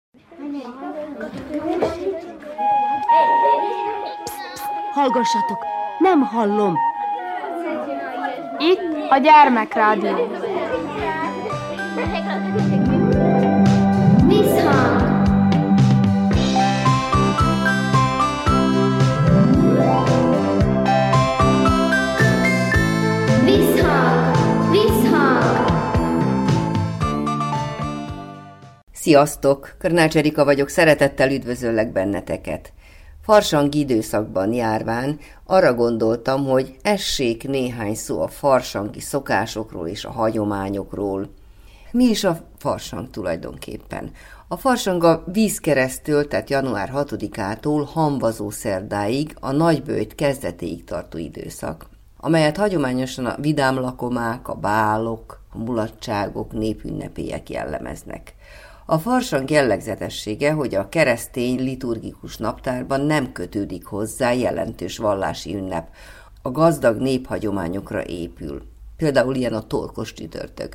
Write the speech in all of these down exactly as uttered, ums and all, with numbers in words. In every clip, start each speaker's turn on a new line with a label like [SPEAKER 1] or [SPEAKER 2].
[SPEAKER 1] Hallgassatok, nem hallom.
[SPEAKER 2] Itt a Gyermekrádió.
[SPEAKER 3] Visszhang. Visszhang. Visszhang.
[SPEAKER 4] Sziasztok! Körnács Erika vagyok, szeretettel üdvözöllek benneteket. Farsangi időszakban járván arra gondoltam, hogy essék néhány szó a farsangi szokásokról és a hagyományokról. Mi is a farsang tulajdonképpen? A farsang a vízkereszttől, tehát január hatodikától hamvazó szerdáig, a nagyböjt kezdetéig tartó időszak, amelyet hagyományosan a vidám lakomák, a bálok, a mulatságok, népünnepélyek jellemeznek. A farsang jellegzetessége, hogy a keresztény liturgikus naptárban nem kötődik hozzá jelentős vallási ünnep, a gazdag néphagyományokra épül. Például ilyen a torkos csütörtök.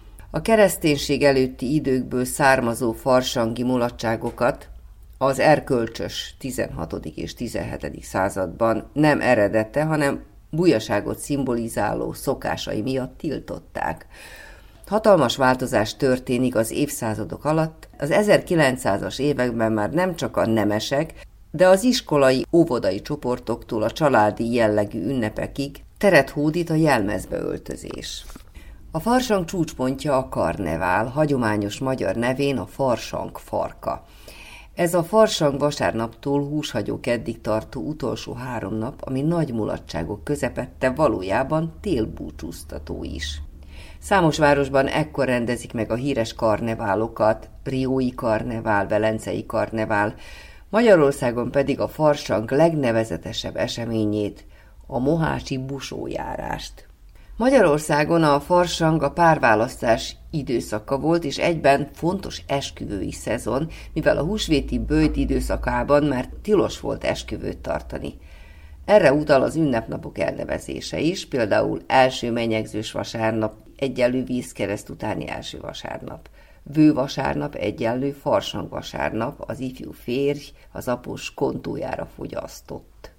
[SPEAKER 4] A kereszténység előtti időkből származó farsangi mulatságokat az erkölcsös tizenhatodik és tizenhetedik században nem eredete, hanem bujaságot szimbolizáló szokásai miatt tiltották. Hatalmas változás történik az évszázadok alatt, az ezerkilencszázas években már nem csak a nemesek, de az iskolai, óvodai csoportoktól a családi jellegű ünnepekig teret hódít a jelmezbe öltözés. A farsang csúcspontja a karnevál, hagyományos magyar nevén a farsang farka. Ez a farsang vasárnaptól húshagyó keddig tartó utolsó három nap, ami nagy mulatságok közepette, valójában télbúcsúztató is. Számos városban ekkor rendezik meg a híres karneválokat, riói karnevál, velencei karnevál, Magyarországon pedig a farsang legnevezetesebb eseményét, a mohácsi busójárást. Magyarországon a farsang a párválasztás időszaka volt, és egyben fontos esküvői szezon, mivel a húsvéti böjt időszakában már tilos volt esküvőt tartani. Erre utal az ünnepnapok elnevezése is, például első menyegzős vasárnap egyenlő vízkereszt utáni első vasárnap. Vővasárnap egyenlő farsang vasárnap, az ifjú férj az após kontójára fogyasztott.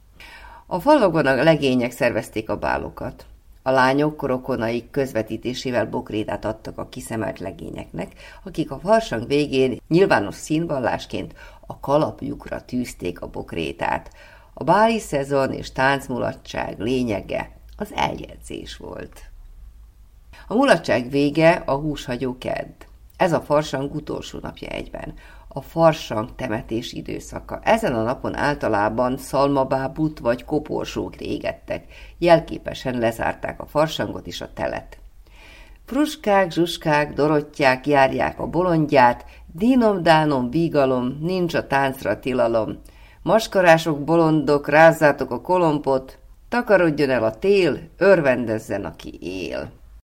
[SPEAKER 4] A falvakban a legények szervezték a bálokat. A lányok rokonaik közvetítésével bokrétát adtak a kiszemelt legényeknek, akik a farsang végén nyilvános színvallásként a kalapjukra tűzték a bokrétát. A báli szezon és táncmulatság lényege az eljegyzés volt. A mulatság vége a húshagyó kedd. Ez a farsang utolsó napja egyben. A farsang temetés időszaka. Ezen a napon általában szalmabábút vagy koporsók égettek. Jelképesen lezárták a farsangot és a telet. Pruskák, zsuskák, dorottyák járják a bolondját, dínom-dánom, vígalom, nincs a táncra tilalom. Maskarások, bolondok, rázzátok a kolompot, takarodjon el a tél, örvendezzen, aki él.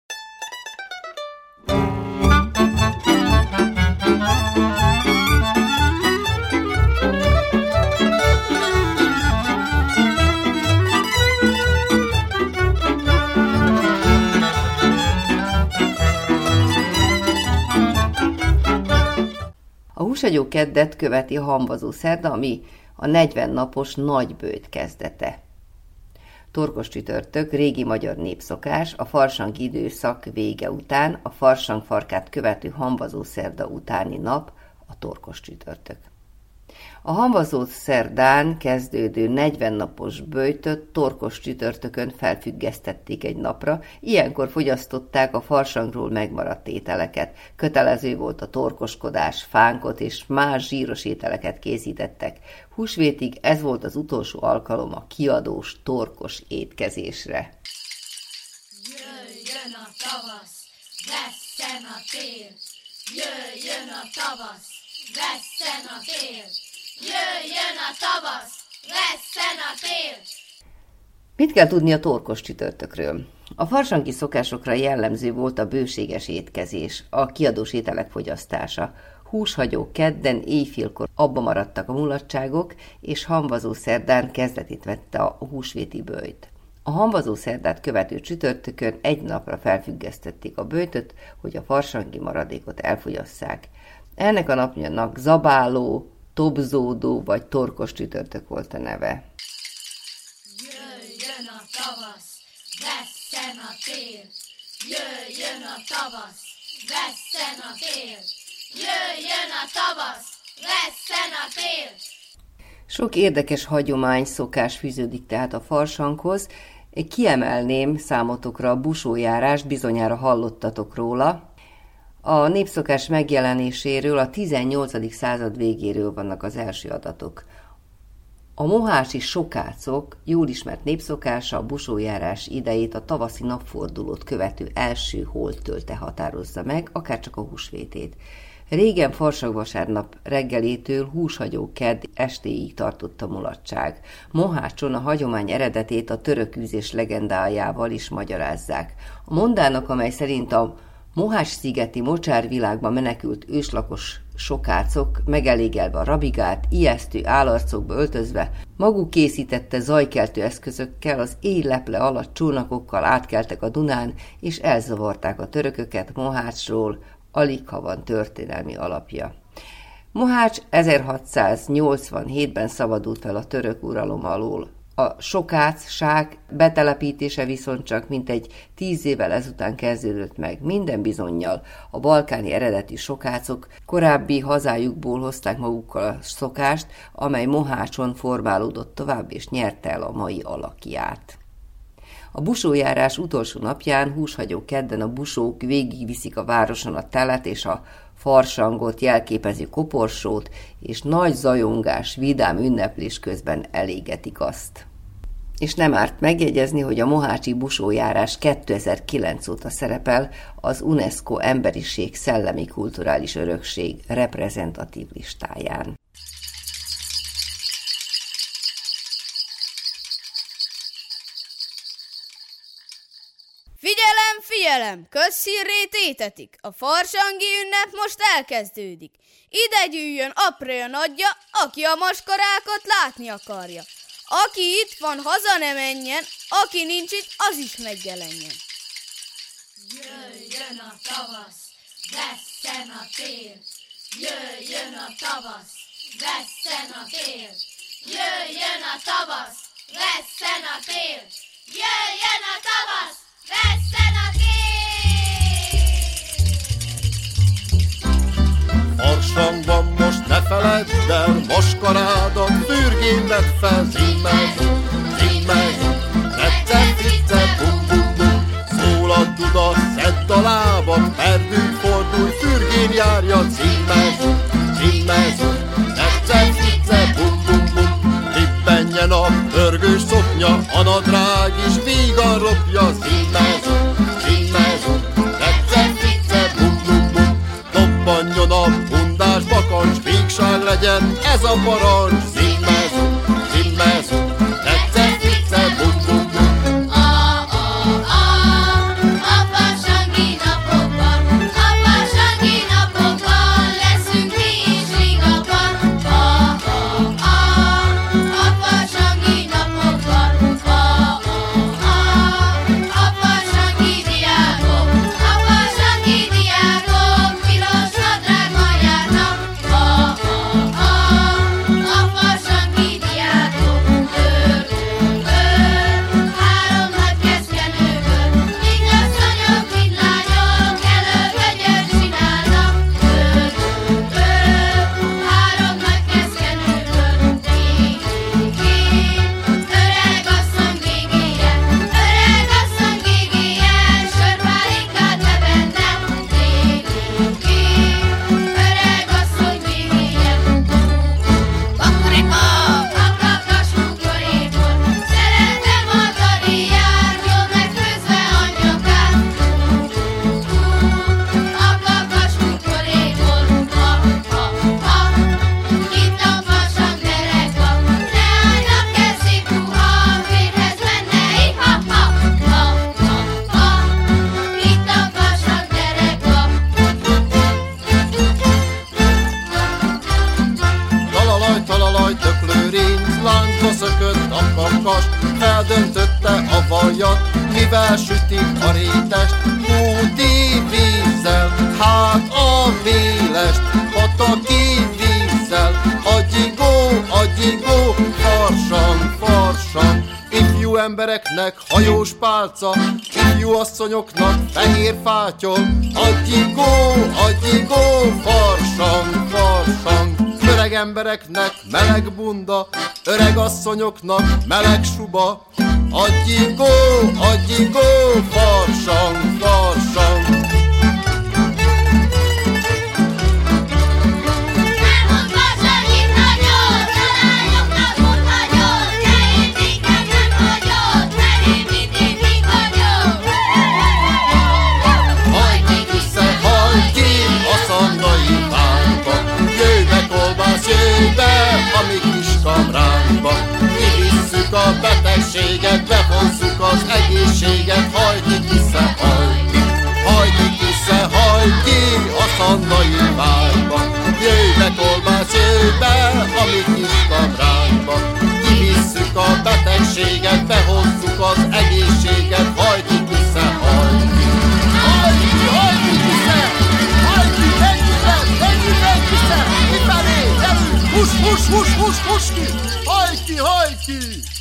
[SPEAKER 4] A húshagyó keddet követi a hamvazó szerda, ami a negyven napos nagyböjt kezdete. Torkos csütörtök, régi magyar népszokás, a farsang időszak vége után, a farsang farkát követő hamvazó szerda utáni nap, a torkos csütörtök. A hamvazó szerdán kezdődő negyven napos böjtöt torkos csütörtökön felfüggesztették egy napra, ilyenkor fogyasztották a farsangról megmaradt ételeket. Kötelező volt a torkoskodás, fánkot és más zsíros ételeket készítettek. Húsvétig ez volt az utolsó alkalom a kiadós torkos étkezésre.
[SPEAKER 3] Jöjjön a tavasz, vesszen a tél, jöjjön a tavasz, vesszen a tél. Jöjjön a tavasz, vesszen a tél!
[SPEAKER 4] Mit kell tudni a torkos csütörtökről? A farsangi szokásokra jellemző volt a bőséges étkezés, a kiadós ételek fogyasztása. Húshagyó kedden éjfélkor abba maradtak a mulatságok, és hamvazó szerdán kezdetét vette a húsvéti böjt. A hamvazó szerdát követő csütörtökön egy napra felfüggesztették a böjtöt, hogy a farsangi maradékot elfogyasszák. Ennek a napnak zabáló, tobzódó vagy torkos csütörtök volt a neve.
[SPEAKER 3] Jöjjön a tavasz, vesszen a tél, jöjjön a tavasz, vesszen a tél, jöjjön a tavasz, vesszen a tél.
[SPEAKER 4] Sok érdekes hagyomány, szokás fűződik tehát a farsanghoz. Kiemelném számotokra a busójárást, bizonyára hallottatok róla. A népszokás megjelenéséről a tizennyolcadik század végéről vannak az első adatok. A mohácsi sokácok jól ismert népszokása a busójárás idejét a tavaszi napfordulót követő első holttőlte határozza meg, akárcsak a húsvétét. Régen farsangvasárnap reggelétől húshagyó kedd estéig tartott a mulatság. Mohácson a hagyomány eredetét a törökűzés legendájával is magyarázzák. A mondának, amely szerint a Mohács-szigeti mocsárvilágba menekült őslakos sokácok, megelégelve a rabigát, ijesztő állarcokba öltözve, maguk készítette zajkeltő eszközökkel, az éj leple alatt csónakokkal átkeltek a Dunán, és elzavarták a törököket Mohácsról, alig ha van történelmi alapja. Mohács ezerhatszáznyolcvanhétben szabadult fel a török uralom alól. A sokácság betelepítése viszont csak mintegy tíz évvel ezután kezdődött meg. Minden bizonnyal a balkáni eredeti sokácok korábbi hazájukból hozták magukkal a szokást, amely Mohácson formálódott tovább és nyerte el a mai alakját. A busójárás utolsó napján, húshagyó kedden a busók végigviszik a városon a telet és a farsangot jelképező koporsót, és nagy zajongás, vidám ünneplés közben elégetik azt. És nem árt megjegyezni, hogy a mohácsi busójárás kétezer-kilenc óta szerepel az UNESCO emberiség szellemi kulturális örökség reprezentatív listáján.
[SPEAKER 2] Figyelem, figyelem! Közhírré tétetik! A farsangi ünnep most elkezdődik. Ide gyűjjön aprója nagyja, aki a maskarákat látni akarja. Aki itt van, haza ne menjen, aki nincs itt, az is megjelenjen.
[SPEAKER 3] Jöjjön a tavasz, vesszen a tél, jöjjön a tavasz, vesszen a tél, jöjjön a tavasz, vesszen a tél, jöjjön a tavasz, vesszen a tél!
[SPEAKER 5] Farsangban most ne feledd el, maskarádat fürgén vedd fel, zimmel, zimmel, recce, ficce, bum, bum, bum. Szól a duda, szedd a lábad, perdünk fordulj, fürgén járja, zimmel, zimmel, recce, ficce, bum, bum, bum. Lippenjen a pörgős szoknya, a nadrág is vígan ropja, zimmel, zimmel, recce, ficce, bum, bum, bum. Dobbanjon a bundás bakancs, vígság legyen ez a parancs, zimmel, zimmel, recce, ficce, bum, bum, bum. Feldöntötte a vajat, mivel sütik a rétest, úti vízzel, hát a vélest, pataki vízzel, agyigó, agyigó, farsang, farsang. Ifjú embereknek hajós pálca, ifjú asszonyoknak fehér fátyol, agyigó, agyigó, farsang, farsang. Öreg embereknek meleg bunda, öreg asszonyoknak meleg suba, agyigó, agyigó, farsang, farsang. Jöjj be a mi kis kamránkba, kivisszük a betegséget, behozzuk az egészséget, hajdi kisze, hajdi, hajdi kisze, hajdi a szandai várba. Jöjj be kolbász, jöjj be a mi kis kamránkba, kivisszük a betegséget, behozzuk az egészséget, hajdi kisze, hajdi, hajdi, hajdi kisze, hajdi, együtt, együtt, kisze, kifelé, gyerünk, hús, hús, hús, hús, hús ki, hajj ki, hajj ki!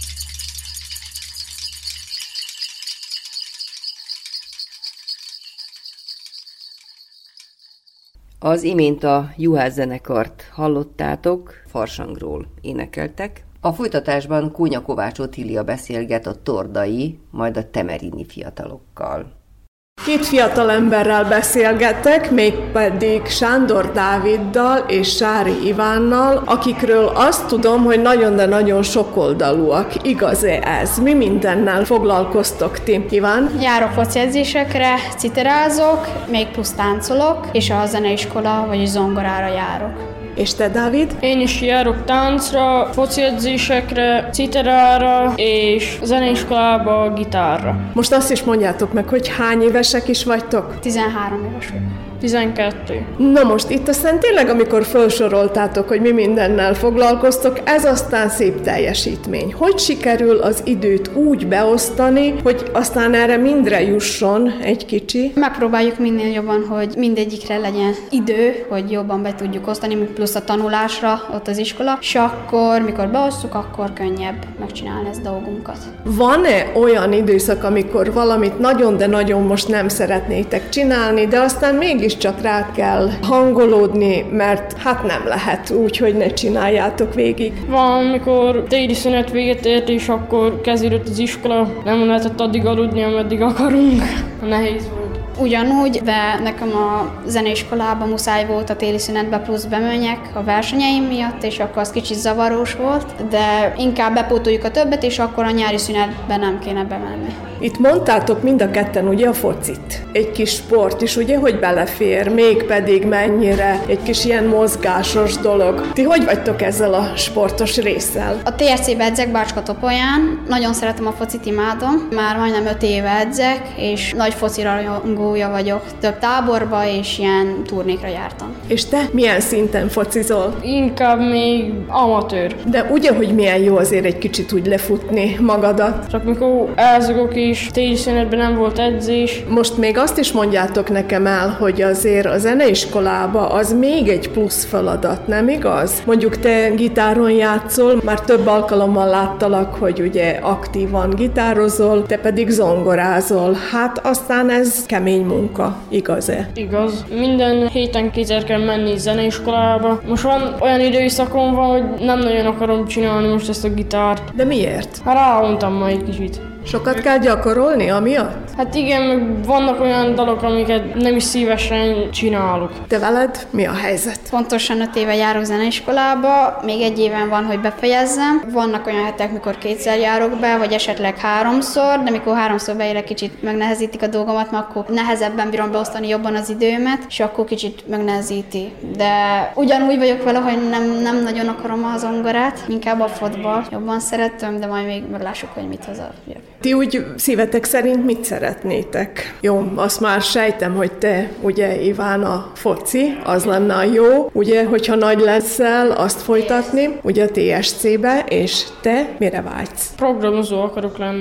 [SPEAKER 4] Az imént a Juhász zenekart hallottátok, farsangról énekeltek. A folytatásban Kónya Kovács Otília beszélget a tordai, majd a temerini fiatalokkal.
[SPEAKER 6] Két fiatal emberrel beszélgettek, mégpedig Sándor Dáviddal és Sári Ivánnal, akikről azt tudom, hogy nagyon, de nagyon sokoldalúak. Igaz-e ez? Mi mindennel foglalkoztok ti, Iván?
[SPEAKER 7] Járok fociedzésekre, citerázok, még plusz táncolok, és a zeneiskola vagy zongorára járok.
[SPEAKER 6] És te, Dávid?
[SPEAKER 8] Én is járok táncra, fociedzésekre, citerára és zeneiskolába, gitárra.
[SPEAKER 6] Most azt is mondjátok meg, hogy hány évesek is vagytok?
[SPEAKER 7] tizenhárom éves vagyok.
[SPEAKER 8] tizenkettő.
[SPEAKER 6] Na most itt aztán tényleg, amikor felsoroltátok, hogy mi mindennel foglalkoztok, ez aztán szép teljesítmény. Hogy sikerül az időt úgy beosztani, hogy aztán erre mindre jusson egy kicsi?
[SPEAKER 7] Megpróbáljuk minél jobban, hogy mindegyikre legyen idő, hogy jobban be tudjuk osztani, plusz a tanulásra ott az iskola, és akkor, mikor beosztjuk, akkor könnyebb megcsinálni ezt dolgunkat.
[SPEAKER 6] Van-e olyan időszak, amikor valamit nagyon, de nagyon most nem szeretnétek csinálni, de aztán mégiscsak rá kell hangolódni, mert hát nem lehet úgy, hogy ne csináljátok végig?
[SPEAKER 8] Van, amikor téli szünet véget ért, és akkor kezdődött az iskola, nem lehetett addig aludni, ameddig akarunk. Nehéz volt.
[SPEAKER 7] Ugyanúgy, de nekem a zeneiskolában muszáj volt a téli szünetbe plusz bemenjek a versenyeim miatt, és akkor az kicsit zavaros volt, de inkább bepótoljuk a többet, és akkor a nyári szünetbe nem kéne bemenni.
[SPEAKER 6] Itt mondtátok mind a ketten ugye a focit. Egy kis sport is ugye, hogy belefér, mégpedig mennyire egy kis ilyen mozgásos dolog. Ti hogy vagytok ezzel a sportos résszel?
[SPEAKER 7] A té es cé-be edzek Bácska-Topolyán, nagyon szeretem a focit, imádom. Már majdnem öt éve edzek, és nagy foci rajongója vagyok. Több táborba és ilyen turnékra jártam.
[SPEAKER 6] És te milyen szinten focizol?
[SPEAKER 8] Inkább még amatőr.
[SPEAKER 6] De ugye, hogy milyen jó azért egy kicsit úgy lefutni magadat.
[SPEAKER 8] Csak mikor elzogok és téli szünetben nem volt edzés.
[SPEAKER 6] Most még azt is mondjátok nekem el, hogy azért a zeneiskolába az még egy plusz feladat, nem igaz? Mondjuk te gitáron játszol, már több alkalommal láttalak, hogy ugye aktívan gitározol, te pedig zongorázol. Hát aztán ez kemény munka, igaz-e?
[SPEAKER 8] Igaz. Minden héten kétszer kell menni zeneiskolába. Most van olyan időszakom van, hogy nem nagyon akarom csinálni most ezt a gitárt.
[SPEAKER 6] De miért?
[SPEAKER 8] Hát ráuntam ma egy kicsit.
[SPEAKER 6] Sokat kell gyakorolni amiatt?
[SPEAKER 8] Hát igen, meg vannak olyan dalok, amiket nem is szívesen csinálok.
[SPEAKER 6] Te veled mi a helyzet?
[SPEAKER 7] Pontosan öt éve járok zeneiskolába, még egy éven van, hogy befejezzem. Vannak olyan hetek, mikor kétszer járok be, vagy esetleg háromszor, de mikor háromszor beérek, kicsit megnehezítik a dolgomat, mert akkor nehezebben bírom beosztani jobban az időmet, és akkor kicsit megnehezíti. De ugyanúgy vagyok vele, hogy nem, nem nagyon akarom a zongorát, inkább a fotball. Jobban szeretem, de majd még meglássuk, hogy mit hoz a jövő.
[SPEAKER 6] Ti úgy szívetek szerint mit szeretnétek? Jó, azt már sejtem, hogy te, ugye Iván, a foci, az lenne a jó, ugye, hogyha nagy leszel, azt folytatni, ugye a té es cé-be, és te mire vágysz?
[SPEAKER 8] Programozó akarok lenni.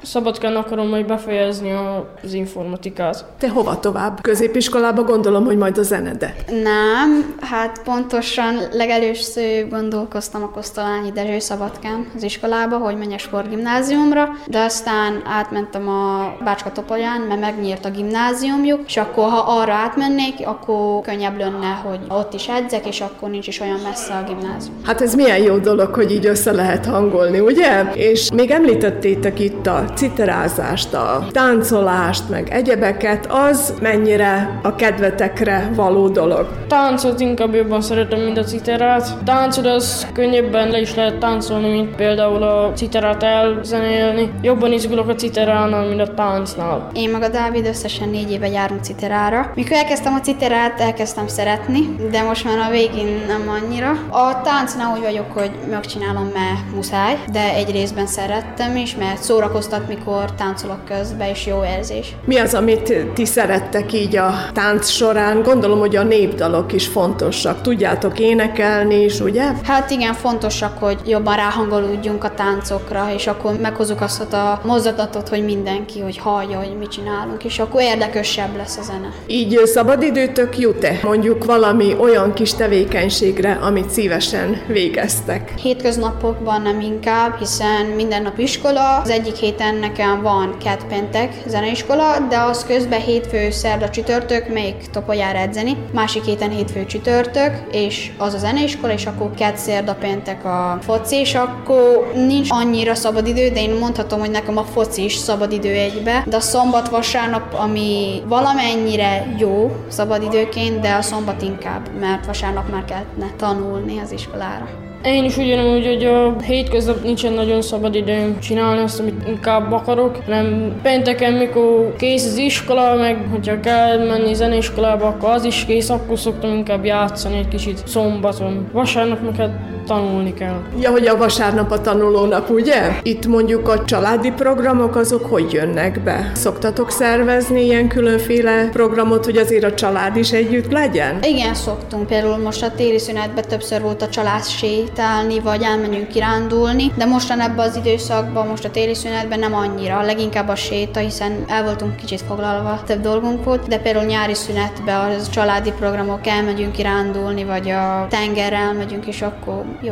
[SPEAKER 8] Szabadkán akarom majd befejezni az informatikát.
[SPEAKER 6] Te hova tovább? Középiskolába gondolom, hogy majd a zenede.
[SPEAKER 7] Nem, hát pontosan legelőször gondolkoztam a Kosztolányi Dezső Szabadkán az iskolába, hogy menjek sportgimnáziumra, de aztán átmentem a Bácska-Topolyán, mert megnyílt a gimnáziumjuk, és akkor ha arra átmennék, akkor könnyebb lenne, hogy ott is edzek, és akkor nincs is olyan messze a gimnázium.
[SPEAKER 6] Hát ez milyen jó dolog, hogy így össze lehet hangolni, ugye? És még említettétek itt a citerázást, a táncolást, meg egyebeket, az mennyire a kedvetekre való dolog?
[SPEAKER 8] Táncot inkább jobban szeretem, mint a citerát. Táncod az könnyebben le is lehet táncolni, mint például a citerát elzenélni. Jobban izgulok a citeránál, mint a táncnál.
[SPEAKER 7] Én meg a Dávid összesen négy éve járunk citerára. Mikor elkezdtem a citerát, elkezdtem szeretni, de most már a végén nem annyira. A táncnál úgy vagyok, hogy megcsinálom, mert muszáj, de egy részben szerettem is, mert szórakoztat, mikor táncolok közben, és jó érzés.
[SPEAKER 6] Mi az, amit ti szerettek így a tánc során? Gondolom, hogy a népdalok is fontosak. Tudjátok énekelni is, ugye?
[SPEAKER 7] Hát igen, fontosak, hogy jobban ráhangolódjunk a táncokra, és akkor meghozzuk azt a mozdulatot, hogy mindenki, hogy hallja, hogy mit csinálunk, és akkor érdekesebb lesz a zene.
[SPEAKER 6] Így szabadidőtök jut-e? Mondjuk valami olyan kis tevékenységre, amit szívesen végeztek?
[SPEAKER 7] Hétköznapokban nem inkább, hiszen minden nap iskola. Az egyik héten nekem van kedd-péntek zeneiskola, de az közben hétfő, szerda, csütörtök még Topolyára edzeni. Másik héten hétfő, csütörtök, és az a zeneiskola, és akkor kedd, szerda, péntek a foci, és akkor nincs annyira szabadidő, de én mondhatom, hogy nekem a foci is szabadidő egybe. De a szombat, vasárnap, ami valamennyire jó szabadidőként, de a szombat inkább, mert vasárnap már kellene tanulni az iskolára.
[SPEAKER 8] Én is ugyanúgy, hogy a hétköznap nincsen nagyon szabad időm csinálni azt, amit inkább akarok, hanem pénteken, mikor kész az iskola, meg hogyha kell menni zeneiskolába, akkor az is kész, akkor szoktam inkább játszani egy kicsit szombaton. Vasárnap meg hát tanulni kell.
[SPEAKER 6] Ja, hogy a vasárnap a tanulónap, ugye? Itt mondjuk a családi programok, azok hogy jönnek be? Szoktatok szervezni ilyen különféle programot, hogy azért a család is együtt legyen?
[SPEAKER 7] Igen, szoktunk. Például most a téli szünetben többször volt a család sétálni, vagy elmenjünk kirándulni, de mostan ebben az időszakban, most a téli szünetben nem annyira, leginkább a séta, hiszen el voltunk kicsit foglalva, több dolgunk volt, de például nyári szünetben a családi programok, elmegyünk kirándulni, vagy a tengerre elmegyünk, és akkor jó.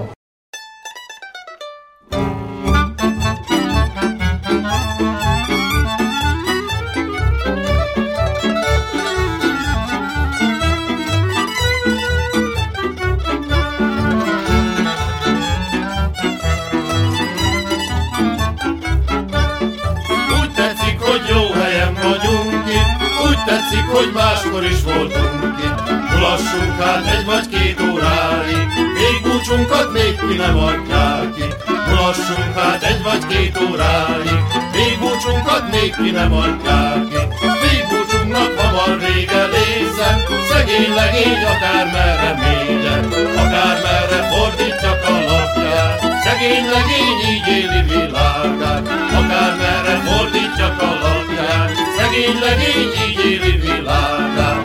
[SPEAKER 5] Tetszik, hogy máskor is voltunk itt. Mulassunk hát egy vagy két óráig, még búcsunkat még ki nem adják ki. Mulassunk hát egy vagy két óráig, még búcsunkat még ki nem adják ki. Még búcsunknak hamar vége lézem, szegény legény akármerre mélyen, akármerre fordítjak a lapját. Szegény legény így éli világát, akármerre fordítjak a lapját. Szegény legény így éli világát.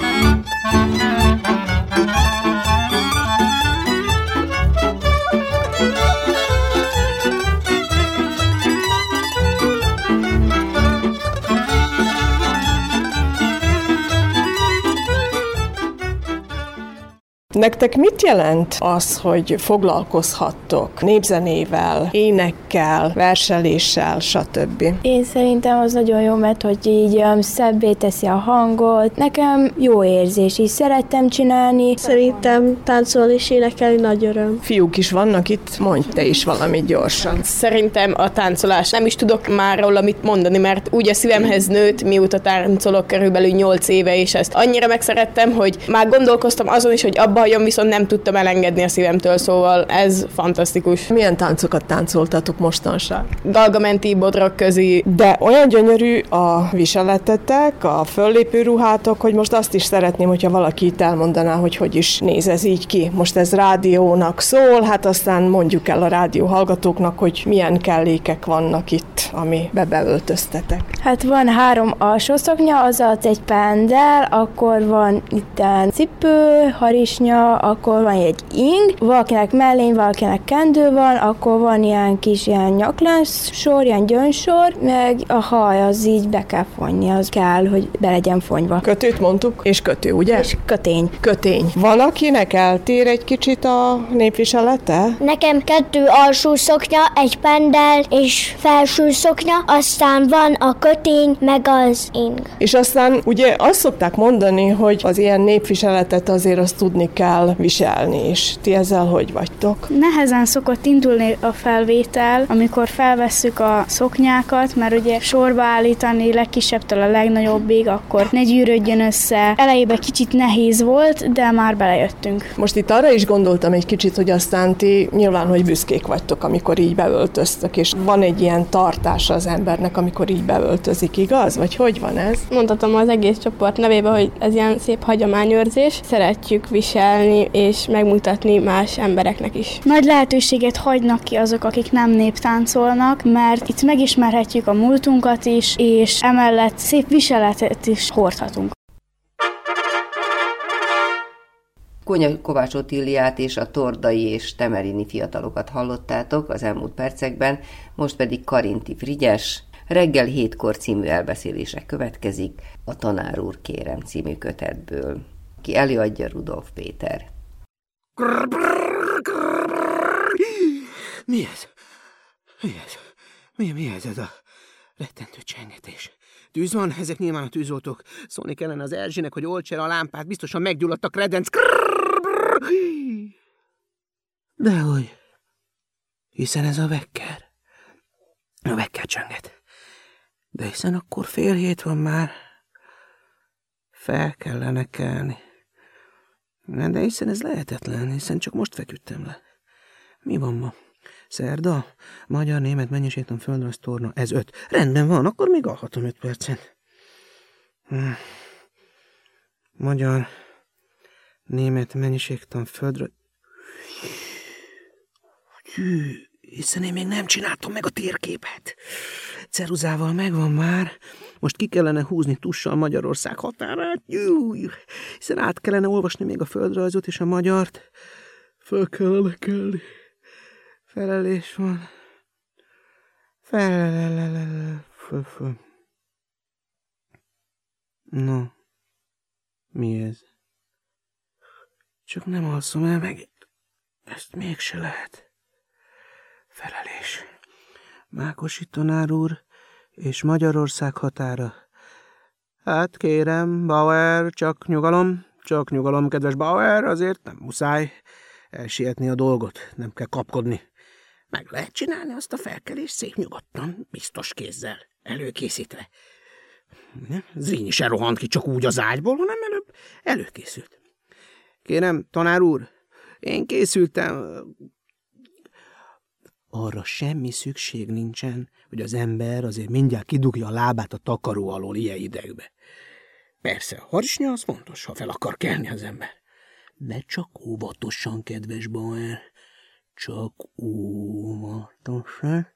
[SPEAKER 6] Nektek mit jelent az, hogy foglalkozhattok népzenével, énekkel, verseléssel, stb.?
[SPEAKER 9] Én szerintem az nagyon jó, mert hogy így um, szebbé teszi a hangot. Nekem jó érzés, így szerettem csinálni.
[SPEAKER 10] Szerintem táncolni és énekelni nagy öröm.
[SPEAKER 6] Fiúk is vannak itt, mondj te is valamit gyorsan.
[SPEAKER 11] Szerintem a táncolás. Nem is tudok már róla mit mondani, mert úgy a szívemhez nőtt, mióta táncolok körülbelül nyolc éve, és ezt annyira megszerettem, hogy már gondolkoztam azon is, hogy abba hagyom, viszont nem tudtam elengedni a szívemtől, szóval ez fantasztikus.
[SPEAKER 6] Milyen táncokat táncoltatok mostanság?
[SPEAKER 11] Galgamenti, bodrok közi.
[SPEAKER 6] De olyan gyönyörű a viseletetek, a föllépő ruhátok, hogy most azt is szeretném, hogyha valaki itt elmondaná, hogy hogy is néz ez így ki. Most ez rádiónak szól, hát aztán mondjuk el a rádió hallgatóknak, hogy milyen kellékek vannak itt, amibe beöltöztetek.
[SPEAKER 9] Hát van három alsó szoknya, azaz egy pendel, akkor van itt cipő, harisnya, szoknya, akkor van egy ing, valakinek mellény, valakinek kendő van, akkor van ilyen kis ilyen nyaklánc sor, ilyen gyönsor, meg a haj az így be kell fonni, az kell, hogy be legyen fonyva.
[SPEAKER 6] Kötőt mondtuk, és kötő, ugye?
[SPEAKER 9] És kötény.
[SPEAKER 6] Kötény. Van, akinek eltér egy kicsit a népviselete?
[SPEAKER 12] Nekem kettő alsó szoknya, egy pendel és felső szoknya, aztán van a kötény, meg az ing.
[SPEAKER 6] És aztán ugye azt szokták mondani, hogy az ilyen népviseletet azért azt tudni kell viselni, és ti ezzel hogy vagytok?
[SPEAKER 13] Nehezen szokott indulni a felvétel, amikor felvesszük a szoknyákat, mert ugye sorba állítani legkisebbtől a legnagyobbig, akkor ne gyűrődjön össze. Elejében kicsit nehéz volt, de már belejöttünk.
[SPEAKER 6] Most itt arra is gondoltam egy kicsit, hogy aztán ti nyilván, hogy büszkék vagytok, amikor így beöltöztök, és van egy ilyen tartása az embernek, amikor így beöltözik, igaz? Vagy hogy van ez?
[SPEAKER 11] Mondhatom az egész csoport nevébe, hogy ez ilyen szép hagyományőrzés. Szeretjük viselni és megmutatni más embereknek is.
[SPEAKER 13] Nagy lehetőséget hagynak ki azok, akik nem néptáncolnak, mert itt megismerhetjük a múltunkat is, és emellett szép viseletet is hordhatunk.
[SPEAKER 4] Kónya Kovács Otíliát és a tordai és temerini fiatalokat hallottátok az elmúlt percekben, most pedig Karinti Frigyes Reggel hétkor című elbeszélések következik a Tanár úr kérem című kötetből. Ki előadja Rudolf Péter.
[SPEAKER 14] Mi ez? Mi ez? Mi, mi ez ez a rettentő csengetés? Tűz van? Ezek nyilván a tűzoltók. Szólni kellene az Erzsének, hogy olts el a lámpát, biztosan meggyulladt a kredenc. Dehogy. Hiszen ez a vekker. A vekker csönget. De hiszen akkor fél hét van már. Fel kellene kelni. De hiszen ez lehetetlen, hiszen csak most feküdtem le. Mi van ma? Szerda? Magyar, német, mennyiségtan, földrajz, torna. Ez öt. Rendben van, akkor még alhatom öt percet. Hm. Magyar, német, mennyiségtan, földrajz. Hű, hiszen én még nem csináltam meg a térképet. Ceruzával megvan már. Most ki kellene húzni tussal Magyarország határát. Júj, hiszen át kellene olvasni még a földrajzot és a magyart. Föl kellene kelni. Felelés van. Felelelelele. Föl, föl. No. Mi ez? Csak nem alszom el meg. Ezt mégse lehet. Felelés. Mákosi tanár úr és Magyarország határa. Hát kérem, Bauer, csak nyugalom, csak nyugalom, kedves Bauer, azért nem muszáj elsietni a dolgot, nem kell kapkodni. Meg lehet csinálni azt a felkelést szép nyugodtan, biztos kézzel, előkészítve. Zrínyi se rohant ki csak úgy az ágyból, hanem előbb előkészült. Kérem, tanár úr, én készültem. Arra semmi szükség nincsen, hogy az ember azért mindjárt kidugja a lábát a takaró alól ilyen idegbe. Persze, a harisnya az fontos, ha fel akar kelni az ember. De csak óvatosan, kedves Bauer. Csak óvatosan.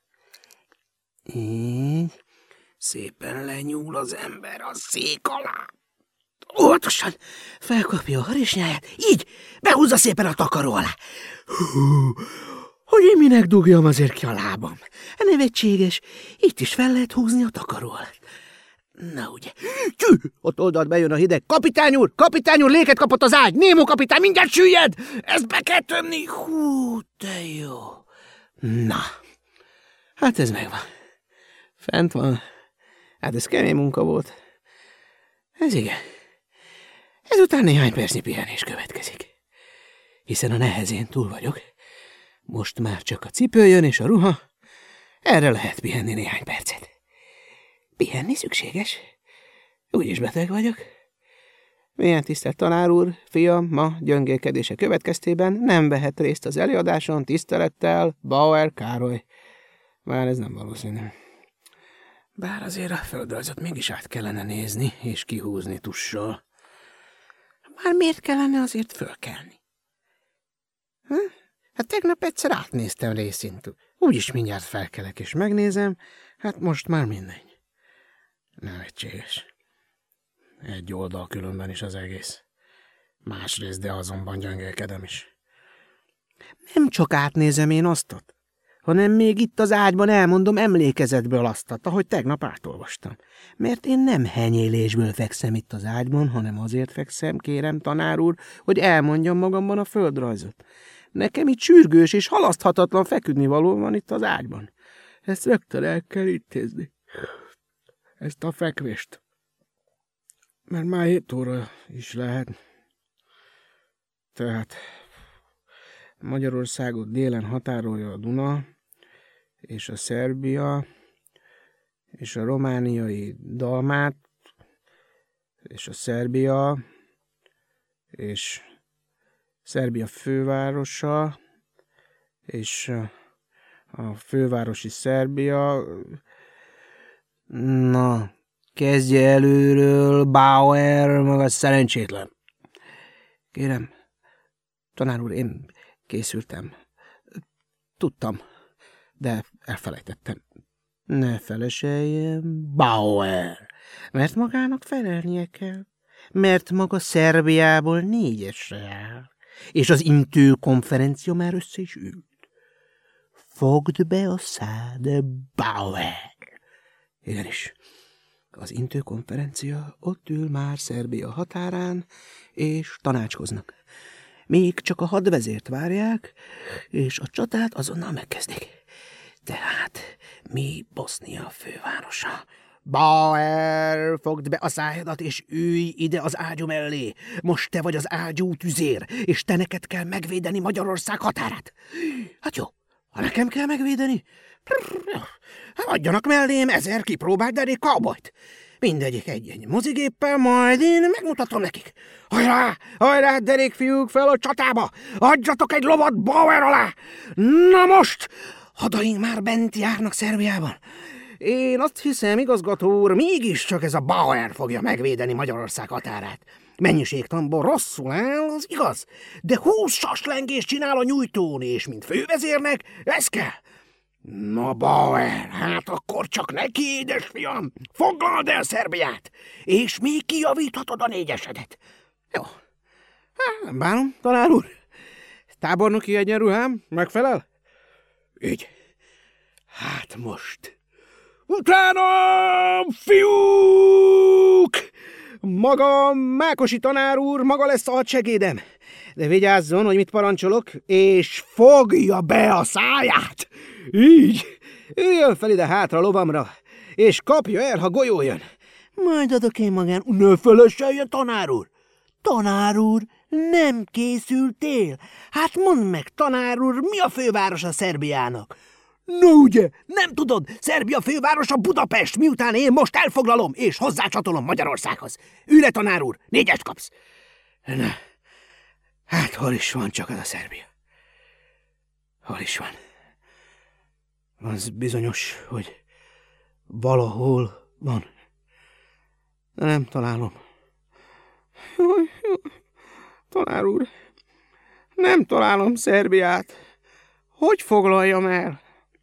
[SPEAKER 14] Így. Szépen lenyúl az ember a szék alá. Óvatosan felkapja a harisnyáját. Így, behúzza szépen a takaró alá. Hú, hogy én minek dugjam azért ki a lábam. Nevetséges. Itt is fel lehet húzni a takaró alá. Na ugye. Tű, ott oldalt bejön a hideg. Kapitány úr, kapitány úr, léket kapott az ágy. Némó kapitány, mindjárt süllyed. Ezt be kell tömni. Hú, de jó. Na, hát ez megvan. Fent van. Hát ez kemény munka volt. Ez igen. Ezután néhány percnyi pihenés következik. Hiszen a nehezén túl vagyok. Most már csak a cipő jön és a ruha. Erre lehet pihenni néhány percet. Pihenni szükséges. Úgyis beteg vagyok. Milyen tisztelt tanár úr, fiam, ma gyöngélkedése következtében nem vehet részt az előadáson, tisztelettel, Bauer Károly. Már ez nem valószínű. Bár azért a földrajzot mégis át kellene nézni, és kihúzni tussal. Már miért kellene azért fölkelni? Ha? Hát tegnap egyszer átnéztem részintől. Úgyis mindjárt felkelek és megnézem, hát most már mindegy. Nevetséges. Egy oldal különben is az egész. Másrészt, de azonban gyöngélkedem is. Nem csak átnézem én aztat, hanem még itt az ágyban elmondom emlékezetből aztat, ahogy tegnap átolvastam. Mert én nem henyélésből fekszem itt az ágyban, hanem azért fekszem, kérem, tanár úr, hogy elmondjam magamban a földrajzot. Nekem itt sürgős és halaszthatatlan feküdnivaló van itt az ágyban. Ezt rögtön el kell intézni. Ezt a fekvést. Mert már hét óra is lehet. Tehát Magyarországot délen határolja a Duna, és a Szerbia, és a romániai Dalmát, és a Szerbia, és Szerbia fővárosa, és a fővárosi Szerbia. Na, kezdje előről, Bauer, maga szerencsétlen. Kérem, tanár úr, én készültem. Tudtam, de elfelejtettem. Ne feleseljen, Bauer, mert magának felelnie kell, mert maga Szerbiából négyesre jár, és az Intő konferencia már össze is ült. Fogd be a szád, Bauer. Igenis, az Intő konferencia ott ül már Szerbia határán, és tanácskoznak. Még csak a hadvezért várják, és a csatát azonnal megkezdik. Tehát mi Bosznia fővárosa. Bauer, fogd be a szájadat, és ülj ide az ágyú mellé. Most te vagy az ágyú tüzér, és te neked kell megvédeni Magyarország határát. Hát jó, ha nekem kell megvédeni, hát adjanak mellém ezer kipróbált derék cowboyt. Mindegyik egy-egy mozigéppel, majd én megmutatom nekik. Hajrá, hajrá, derékfiúk, fel a csatába! Adjatok egy lovat Bauer alá! Na most, hadaink már bent járnak Szerbiában. Én azt hiszem, igazgató úr, mégiscsak ez a Bauer fogja megvédeni Magyarország határát. Mennyiségtamból rosszul áll, az igaz, de húsz saslengést csinál a nyújtón, és mint fővezérnek, ez kell. Na, Bauer, hát akkor csak neki, édesfiam, foglald el Szerbiát, és még kijavíthatod a négyesedet. Jó, hát nem bánom, tanár úr. Tábornoki egyenruhám megfelel? Így. Hát most. Utána, fiúk! Maga Mákosi tanár úr, maga lesz a hadsegédem. De vigyázzon, hogy mit parancsolok, és fogja be a száját. Így. Üljön fel ide hátra lovamra, és kapja el, ha golyó jön. Majd adok én magán. Ne fölösseljen, tanár úr. Tanár úr, nem készültél? Hát mondd meg, tanár úr, mi a fővárosa Szerbiának? No ugye, nem tudod, Szerbia fővárosa Budapest, miután én most elfoglalom, és hozzácsatolom Magyarországhoz. Ülj le, tanár úr, négyest kapsz. Na, hát hol is van csak az a Szerbia? Hol is van? Az bizonyos, hogy valahol van. De nem találom. Jaj, jaj, tanár úr, nem találom Szerbiát. Hogy foglaljam el?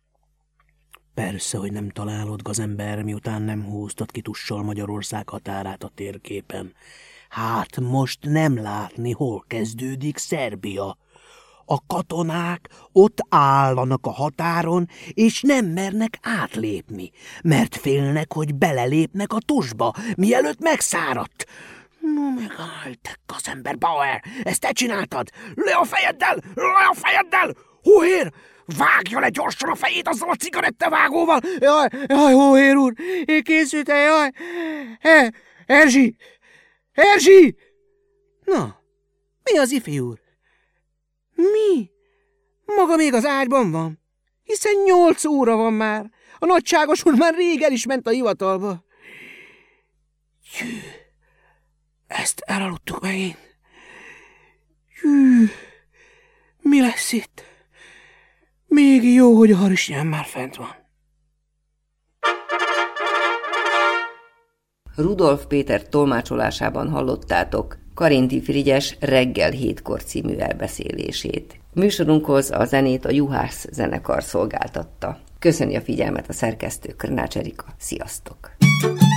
[SPEAKER 14] Persze, hogy nem találod, gazember, miután nem húztad ki tussal Magyarország határát a térképen. Hát most nem látni, hol kezdődik Szerbia. A katonák ott állanak a határon, és nem mernek átlépni, mert félnek, hogy belelépnek a tusba, mielőtt megszáradt. No, megállj, te gazember, Bauer, ezt te csináltad! Le a fejeddel! Le a fejeddel! Hóhér! Vágja le gyorsan a fejét azzal a cigarettavágóval! Jaj, jaj, Hóhér úr! Én készültem, jaj! E, Erzsi! Erzsi! Na, mi az, ifi úr? Mi? Maga még az ágyban van? Hiszen nyolc óra van már. A nagyságos úr már rég el is ment a hivatalba. Jű, ezt elaludtuk megint. Jű, mi lesz itt? Még jó, hogy a harisnyám már fent van.
[SPEAKER 4] Rudolf Péter tolmácsolásában hallottátok Karinti Frigyes Reggel hétkor című elbeszélését. Műsorunkhoz a zenét a Juhász zenekar szolgáltatta. Köszöni a figyelmet a szerkesztő, Krnács Erika. Sziasztok!